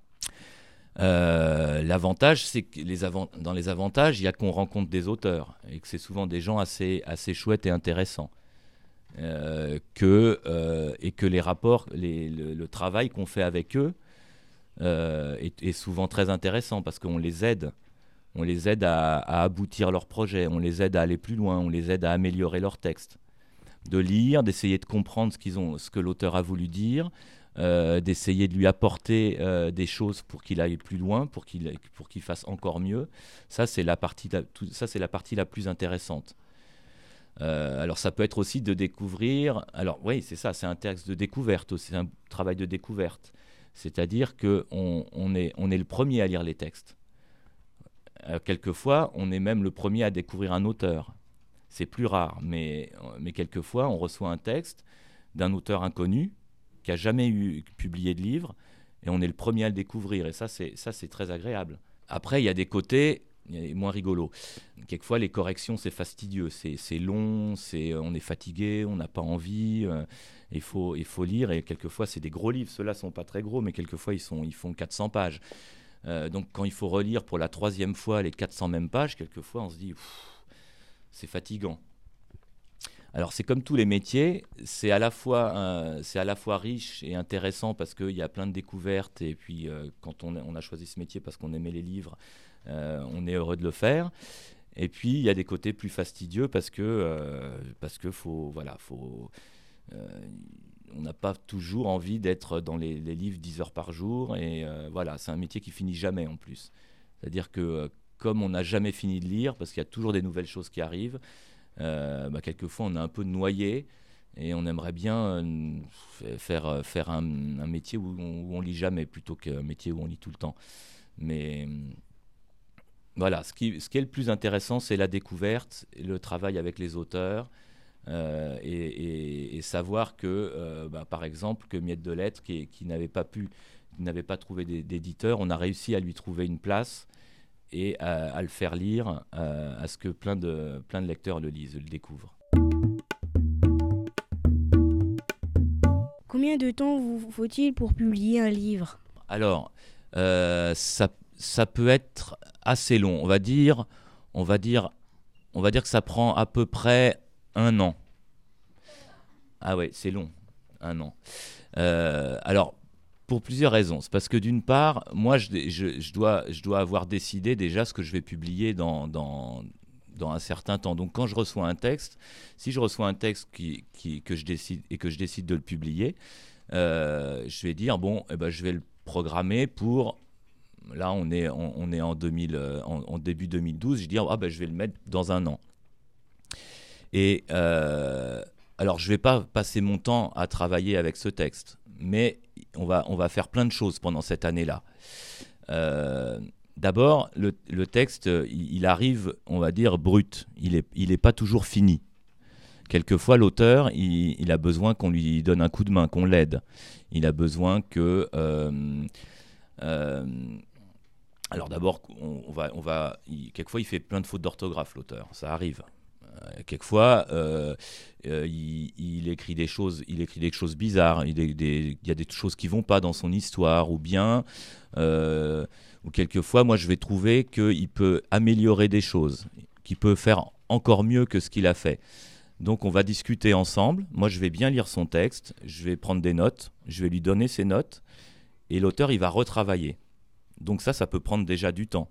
Euh, l'avantage, c'est que les avant- dans les avantages, il y a qu'on rencontre des auteurs et que c'est souvent des gens assez, assez chouettes et intéressants. Euh, que, euh, et que les rapports, les, le, le travail qu'on fait avec eux euh, est, est souvent très intéressant parce qu'on les aide. On les aide à, à aboutir leur projet, on les aide à aller plus loin, on les aide à améliorer leur texte. De lire, d'essayer de comprendre ce, qu'ils ont, ce que l'auteur a voulu dire, euh, d'essayer de lui apporter euh, des choses pour qu'il aille plus loin, pour qu'il, pour qu'il fasse encore mieux. Ça, c'est la partie, ça, c'est la partie la plus intéressante. Euh, alors ça peut être aussi de découvrir, alors oui c'est ça, c'est un texte de découverte aussi, c'est un travail de découverte. C'est-à-dire qu'on on est, on est le premier à lire les textes. Euh, quelquefois, on est même le premier à découvrir un auteur. C'est plus rare, mais, mais quelquefois, on reçoit un texte d'un auteur inconnu qui n'a jamais eu, publié de livre, et on est le premier à le découvrir. Et ça, c'est, ça, c'est très agréable. Après, il y a des côtés moins rigolos. Quelquefois, les corrections, c'est fastidieux. C'est, c'est long, c'est, on est fatigué, on n'a pas envie. Euh, il faut, il faut lire, et quelquefois, c'est des gros livres. Ceux-là ne sont pas très gros, mais quelquefois, ils, sont, ils font quatre cents pages. Euh, donc quand il faut relire pour la troisième fois les quatre cents mêmes pages, quelquefois on se dit pff, c'est fatigant. Alors c'est comme tous les métiers, c'est à la fois, euh, c'est à la fois riche et intéressant parce qu'il y a plein de découvertes, et puis euh, quand on a, on a choisi ce métier parce qu'on aimait les livres, euh, on est heureux de le faire. Et puis il y a des côtés plus fastidieux parce que euh, parce que faut voilà faut euh, on n'a pas toujours envie d'être dans les, les livres dix heures par jour, et euh, voilà, c'est un métier qui finit jamais en plus. C'est-à-dire que euh, comme on n'a jamais fini de lire, parce qu'il y a toujours des nouvelles choses qui arrivent, euh, bah, quelquefois on est un peu noyé, et on aimerait bien euh, faire, faire un, un métier où on, où on lit jamais, plutôt qu'un métier où on lit tout le temps. Mais voilà, ce qui, ce qui est le plus intéressant, c'est la découverte, le travail avec les auteurs, Euh, et, et, et savoir que, euh, bah, par exemple, que Miette de Lettres, qui, qui n'avait pas pu, qui n'avait pas trouvé d'éditeur, on a réussi à lui trouver une place et à, à le faire lire, à, à ce que plein de, plein de lecteurs le lisent, le découvrent. Combien de temps vous faut-il pour publier un livre ? Alors, euh, ça, ça peut être assez long. On va dire, on va dire, on va dire que ça prend à peu près un an. Ah ouais, c'est long, un an. Euh, alors, pour plusieurs raisons. C'est parce que d'une part, moi, je, je, je, dois, je dois avoir décidé déjà ce que je vais publier dans, dans, dans un certain temps. Donc, quand je reçois un texte, si je reçois un texte qui, qui, que je décide, et que je décide de le publier, euh, je vais dire, bon, eh ben, je vais le programmer pour... Là, on est, on, on est en, deux mille, en, en début deux mille douze. Je dis, ah, ben, je vais le mettre dans un an. Et euh, alors, je ne vais pas passer mon temps à travailler avec ce texte, mais on va, on va faire plein de choses pendant cette année-là. Euh, d'abord, le, le texte, il, il arrive, on va dire, brut. Il n'est il est pas toujours fini. Quelquefois, l'auteur, il, il a besoin qu'on lui donne un coup de main, qu'on l'aide. Il a besoin que... Euh, euh, alors d'abord, on, on va, on va, il, quelquefois, il fait plein de fautes d'orthographe, l'auteur. Ça arrive. Quelquefois, euh, euh, il, il écrit des choses, il écrit des choses bizarres. Il, est, des, il y a des choses qui vont pas dans son histoire, ou bien, euh, ou quelquefois, moi, je vais trouver qu'il peut améliorer des choses, qu'il peut faire encore mieux que ce qu'il a fait. Donc, on va discuter ensemble. Moi, je vais bien lire son texte, je vais prendre des notes, je vais lui donner ses notes, et l'auteur, il va retravailler. Donc ça, ça peut prendre déjà du temps.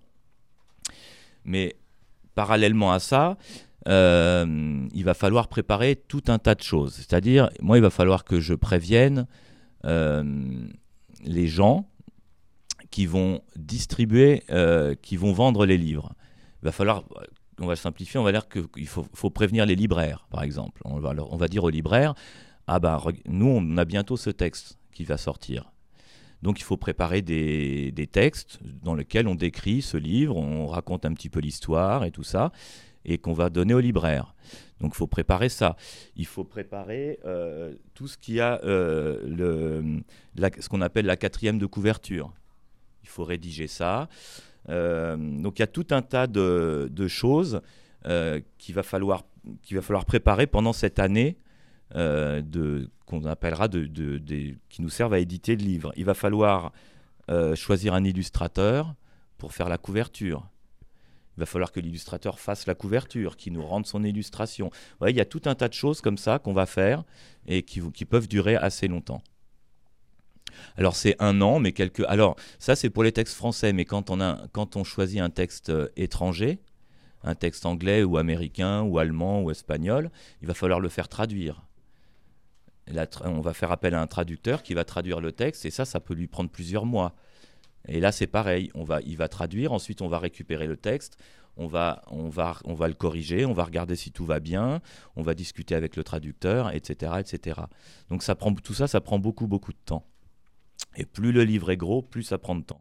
Mais parallèlement à ça, Euh, il va falloir préparer tout un tas de choses. C'est-à-dire, moi, il va falloir que je prévienne euh, les gens qui vont distribuer, euh, qui vont vendre les livres. Il va falloir, on va simplifier, on va dire qu'il faut, faut prévenir les libraires, par exemple. On va, on va dire aux libraires, ah ben, nous, on a bientôt ce texte qui va sortir. Donc, il faut préparer des, des textes dans lesquels on décrit ce livre, on raconte un petit peu l'histoire et tout ça, et qu'on va donner aux libraires. Donc, il faut préparer ça. Il faut préparer euh, tout ce qu'il y a, euh, le, la, ce qu'on appelle la quatrième de couverture. Il faut rédiger ça. Euh, donc, il y a tout un tas de, de choses euh, qu'il va falloir, qu'il va falloir préparer pendant cette année euh, de, qu'on appellera de, de, de, qui nous servent à éditer le livre. Il va falloir euh, choisir un illustrateur pour faire la couverture. Il va falloir que l'illustrateur fasse la couverture, qu'il nous rende son illustration. Ouais, il y a tout un tas de choses comme ça qu'on va faire et qui, qui peuvent durer assez longtemps. Alors c'est un an, mais quelques. Alors ça c'est pour les textes français, mais quand on a, quand on choisit un texte euh, étranger, un texte anglais ou américain ou allemand ou espagnol, il va falloir le faire traduire. Là, on va faire appel à un traducteur qui va traduire le texte, et ça, ça peut lui prendre plusieurs mois. Et là, c'est pareil, on va, il va traduire, ensuite on va récupérer le texte, on va, on va, on va le corriger, on va regarder si tout va bien, on va discuter avec le traducteur, et cetera, et cetera. Donc ça prend, tout ça, ça prend beaucoup, beaucoup de temps. Et plus le livre est gros, plus ça prend de temps.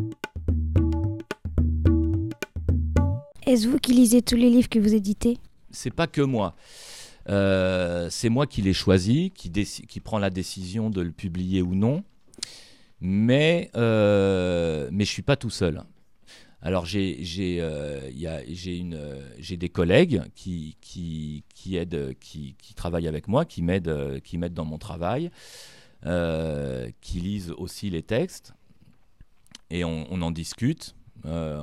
Est-ce vous qui lisez tous les livres que vous éditez ? C'est pas que moi. Euh, c'est moi qui l'ai choisi, qui, déci- qui prend la décision de le publier ou non. Mais, euh, mais je ne suis pas tout seul. Alors, j'ai, j'ai, euh, y a, j'ai, une, euh, j'ai des collègues qui, qui, qui, aident, qui, qui travaillent avec moi, qui m'aident, euh, qui m'aident dans mon travail, euh, qui lisent aussi les textes. Et on, on en discute. Euh,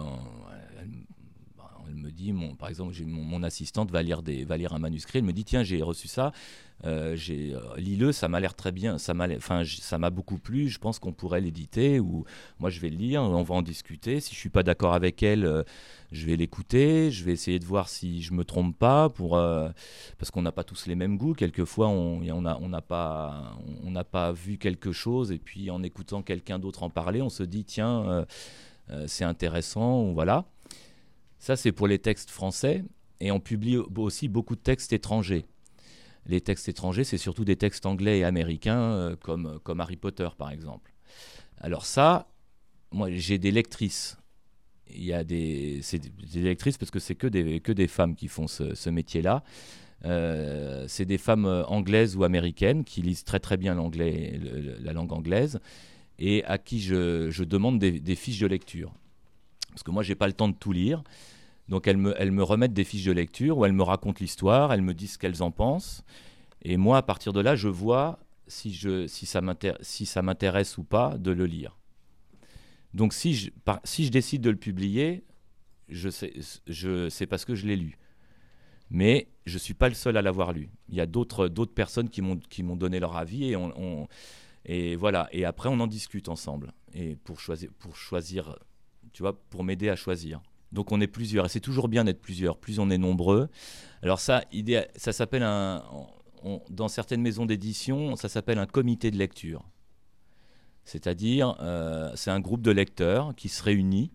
Elle me dit, mon, par exemple, j'ai mon, mon assistante va lire, des, va lire un manuscrit. Elle me dit, tiens, j'ai reçu ça, euh, j'ai, euh, lis-le, ça m'a l'air très bien, ça m'a, enfin, ça m'a beaucoup plu, je pense qu'on pourrait l'éditer, ou moi je vais le lire, on va en discuter. Si je ne suis pas d'accord avec elle, euh, je vais l'écouter, je vais essayer de voir si je ne me trompe pas, pour, euh, parce qu'on n'a pas tous les mêmes goûts. Quelquefois, on n'a on on pas, on n'a pas vu quelque chose, et puis en écoutant quelqu'un d'autre en parler, on se dit, tiens, euh, euh, c'est intéressant, ou voilà. Ça, c'est pour les textes français, et on publie aussi beaucoup de textes étrangers. Les textes étrangers, c'est surtout des textes anglais et américains, euh, comme, comme Harry Potter, par exemple. Alors ça, moi, j'ai des lectrices. Il y a des, c'est des lectrices parce que c'est que des, que des femmes qui font ce, ce métier-là. Euh, c'est des femmes anglaises ou américaines qui lisent très très bien l'anglais, le, la langue anglaise, et à qui je, je demande des, des fiches de lecture. Parce que moi, je n'ai pas le temps de tout lire. Donc, elles me, elles me remettent des fiches de lecture où elles me racontent l'histoire, elles me disent ce qu'elles en pensent. Et moi, à partir de là, je vois si, je, si, ça, m'intér- si ça m'intéresse ou pas de le lire. Donc, si je, par, si je décide de le publier, je sais, je, c'est parce que je l'ai lu. Mais je ne suis pas le seul à l'avoir lu. Il y a d'autres, d'autres personnes qui m'ont, qui m'ont donné leur avis et, on, on, et voilà. Et après, on en discute ensemble. Et pour choisir... Pour choisir tu vois, pour m'aider à choisir. Donc on est plusieurs, et c'est toujours bien d'être plusieurs, plus on est nombreux. Alors ça, idéal, ça s'appelle un, on, dans certaines maisons d'édition, ça s'appelle un comité de lecture. C'est-à-dire, euh, c'est un groupe de lecteurs qui se réunit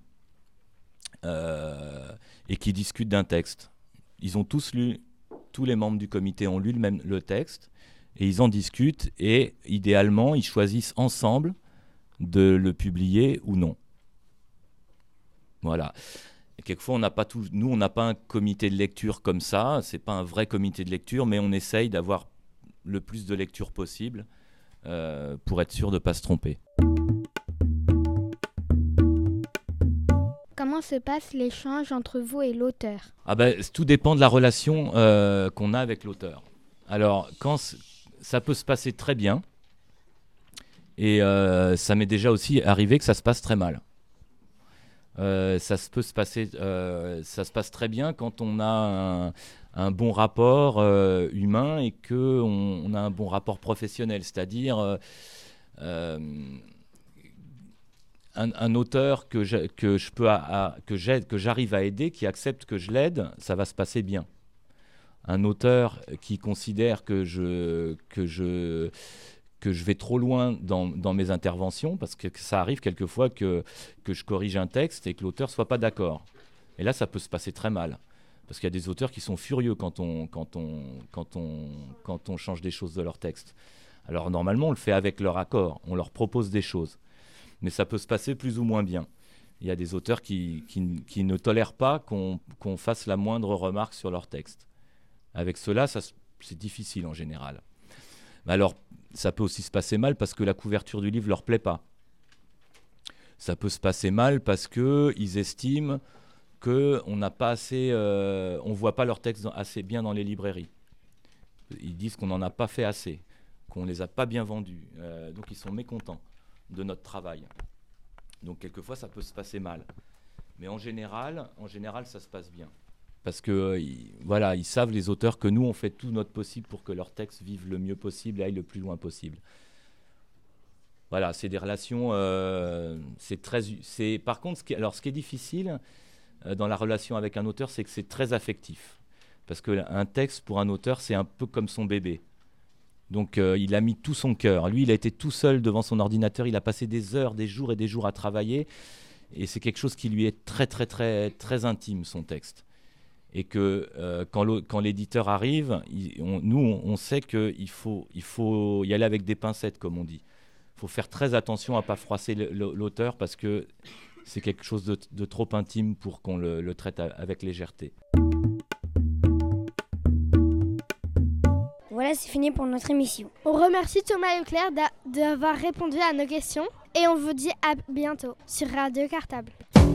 euh, et qui discutent d'un texte. Ils ont tous lu, tous les membres du comité ont lu le même le texte, et ils en discutent, et idéalement, ils choisissent ensemble de le publier ou non. Voilà. Et quelquefois, on n'a pas tout, nous, on n'a pas un comité de lecture comme ça. C'est pas un vrai comité de lecture, mais on essaye d'avoir le plus de lecture possible euh, pour être sûr de ne pas se tromper. Comment se passe l'échange entre vous et l'auteur ? Ah ben, tout dépend de la relation euh, qu'on a avec l'auteur. Alors, quand ça peut se passer très bien, et euh, ça m'est déjà aussi arrivé que ça se passe très mal. Euh, ça se peut se passer, euh, ça se passe très bien quand on a un, un bon rapport euh, humain et que on, on a un bon rapport professionnel, c'est-à-dire euh, euh, un, un auteur que je, que je peux à, à, que j'aide, que j'arrive à aider, qui accepte que je l'aide, ça va se passer bien. Un auteur qui considère que je que je que je vais trop loin dans, dans mes interventions, parce que ça arrive quelquefois que, que je corrige un texte et que l'auteur ne soit pas d'accord. Et là, ça peut se passer très mal, parce qu'il y a des auteurs qui sont furieux quand on, quand on, quand on, quand on change des choses de leur texte. Alors normalement, on le fait avec leur accord, on leur propose des choses. Mais ça peut se passer plus ou moins bien. Il y a des auteurs qui, qui, qui ne tolèrent pas qu'on, qu'on fasse la moindre remarque sur leur texte. Avec cela, ça, c'est difficile en général. Mais alors, ça peut aussi se passer mal parce que la couverture du livre ne leur plaît pas. Ça peut se passer mal parce qu'ils estiment qu'on n'a pas assez, euh, on ne voit pas leurs textes assez bien dans les librairies. Ils disent qu'on n'en a pas fait assez, qu'on ne les a pas bien vendus. Euh, donc ils sont mécontents de notre travail. Donc quelquefois ça peut se passer mal. Mais en général, en général ça se passe bien. Parce que euh, ils, voilà, ils savent, les auteurs, que nous, on fait tout notre possible pour que leurs textes vivent le mieux possible et aillent le plus loin possible. Voilà, c'est des relations. Euh, c'est très. C'est par contre, ce qui, alors ce qui est difficile euh, dans la relation avec un auteur, c'est que c'est très affectif. Parce qu'un texte pour un auteur, c'est un peu comme son bébé. Donc euh, il a mis tout son cœur. Lui, il a été tout seul devant son ordinateur. Il a passé des heures, des jours et des jours à travailler. Et c'est quelque chose qui lui est très, très, très, très intime, son texte. Et que euh, quand l'éditeur arrive, il, on, nous, on, on sait qu'il faut, il faut y aller avec des pincettes, comme on dit. Il faut faire très attention à ne pas froisser l'auteur parce que c'est quelque chose de, de trop intime pour qu'on le, le traite avec légèreté. Voilà, c'est fini pour notre émission. On remercie Thomas Leclerc d'avoir répondu à nos questions et on vous dit à bientôt sur Radio Cartable.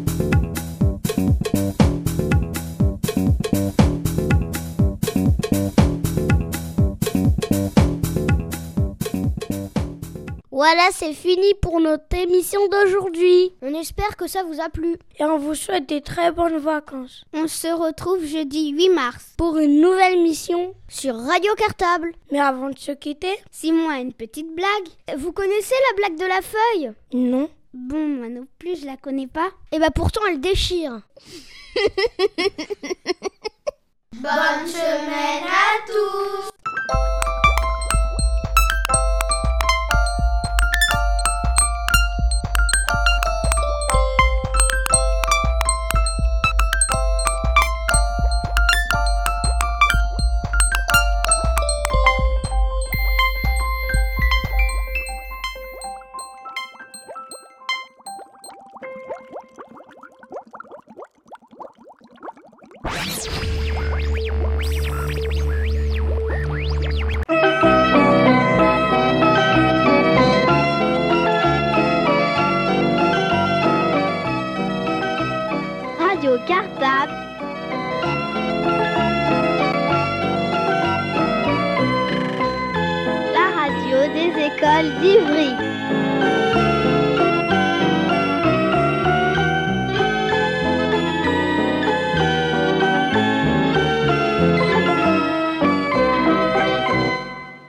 Voilà, c'est fini pour notre émission d'aujourd'hui. On espère que ça vous a plu. Et on vous souhaite des très bonnes vacances. On se retrouve jeudi huit mars pour une nouvelle mission sur Radio Cartable. Mais avant de se quitter, Simon a une petite blague. Vous connaissez la blague de la feuille? Non. Bon, moi non plus, je la connais pas. Et bah pourtant, elle déchire. Bonne semaine à tous. Radio Cartable. La radio des écoles d'Ivry.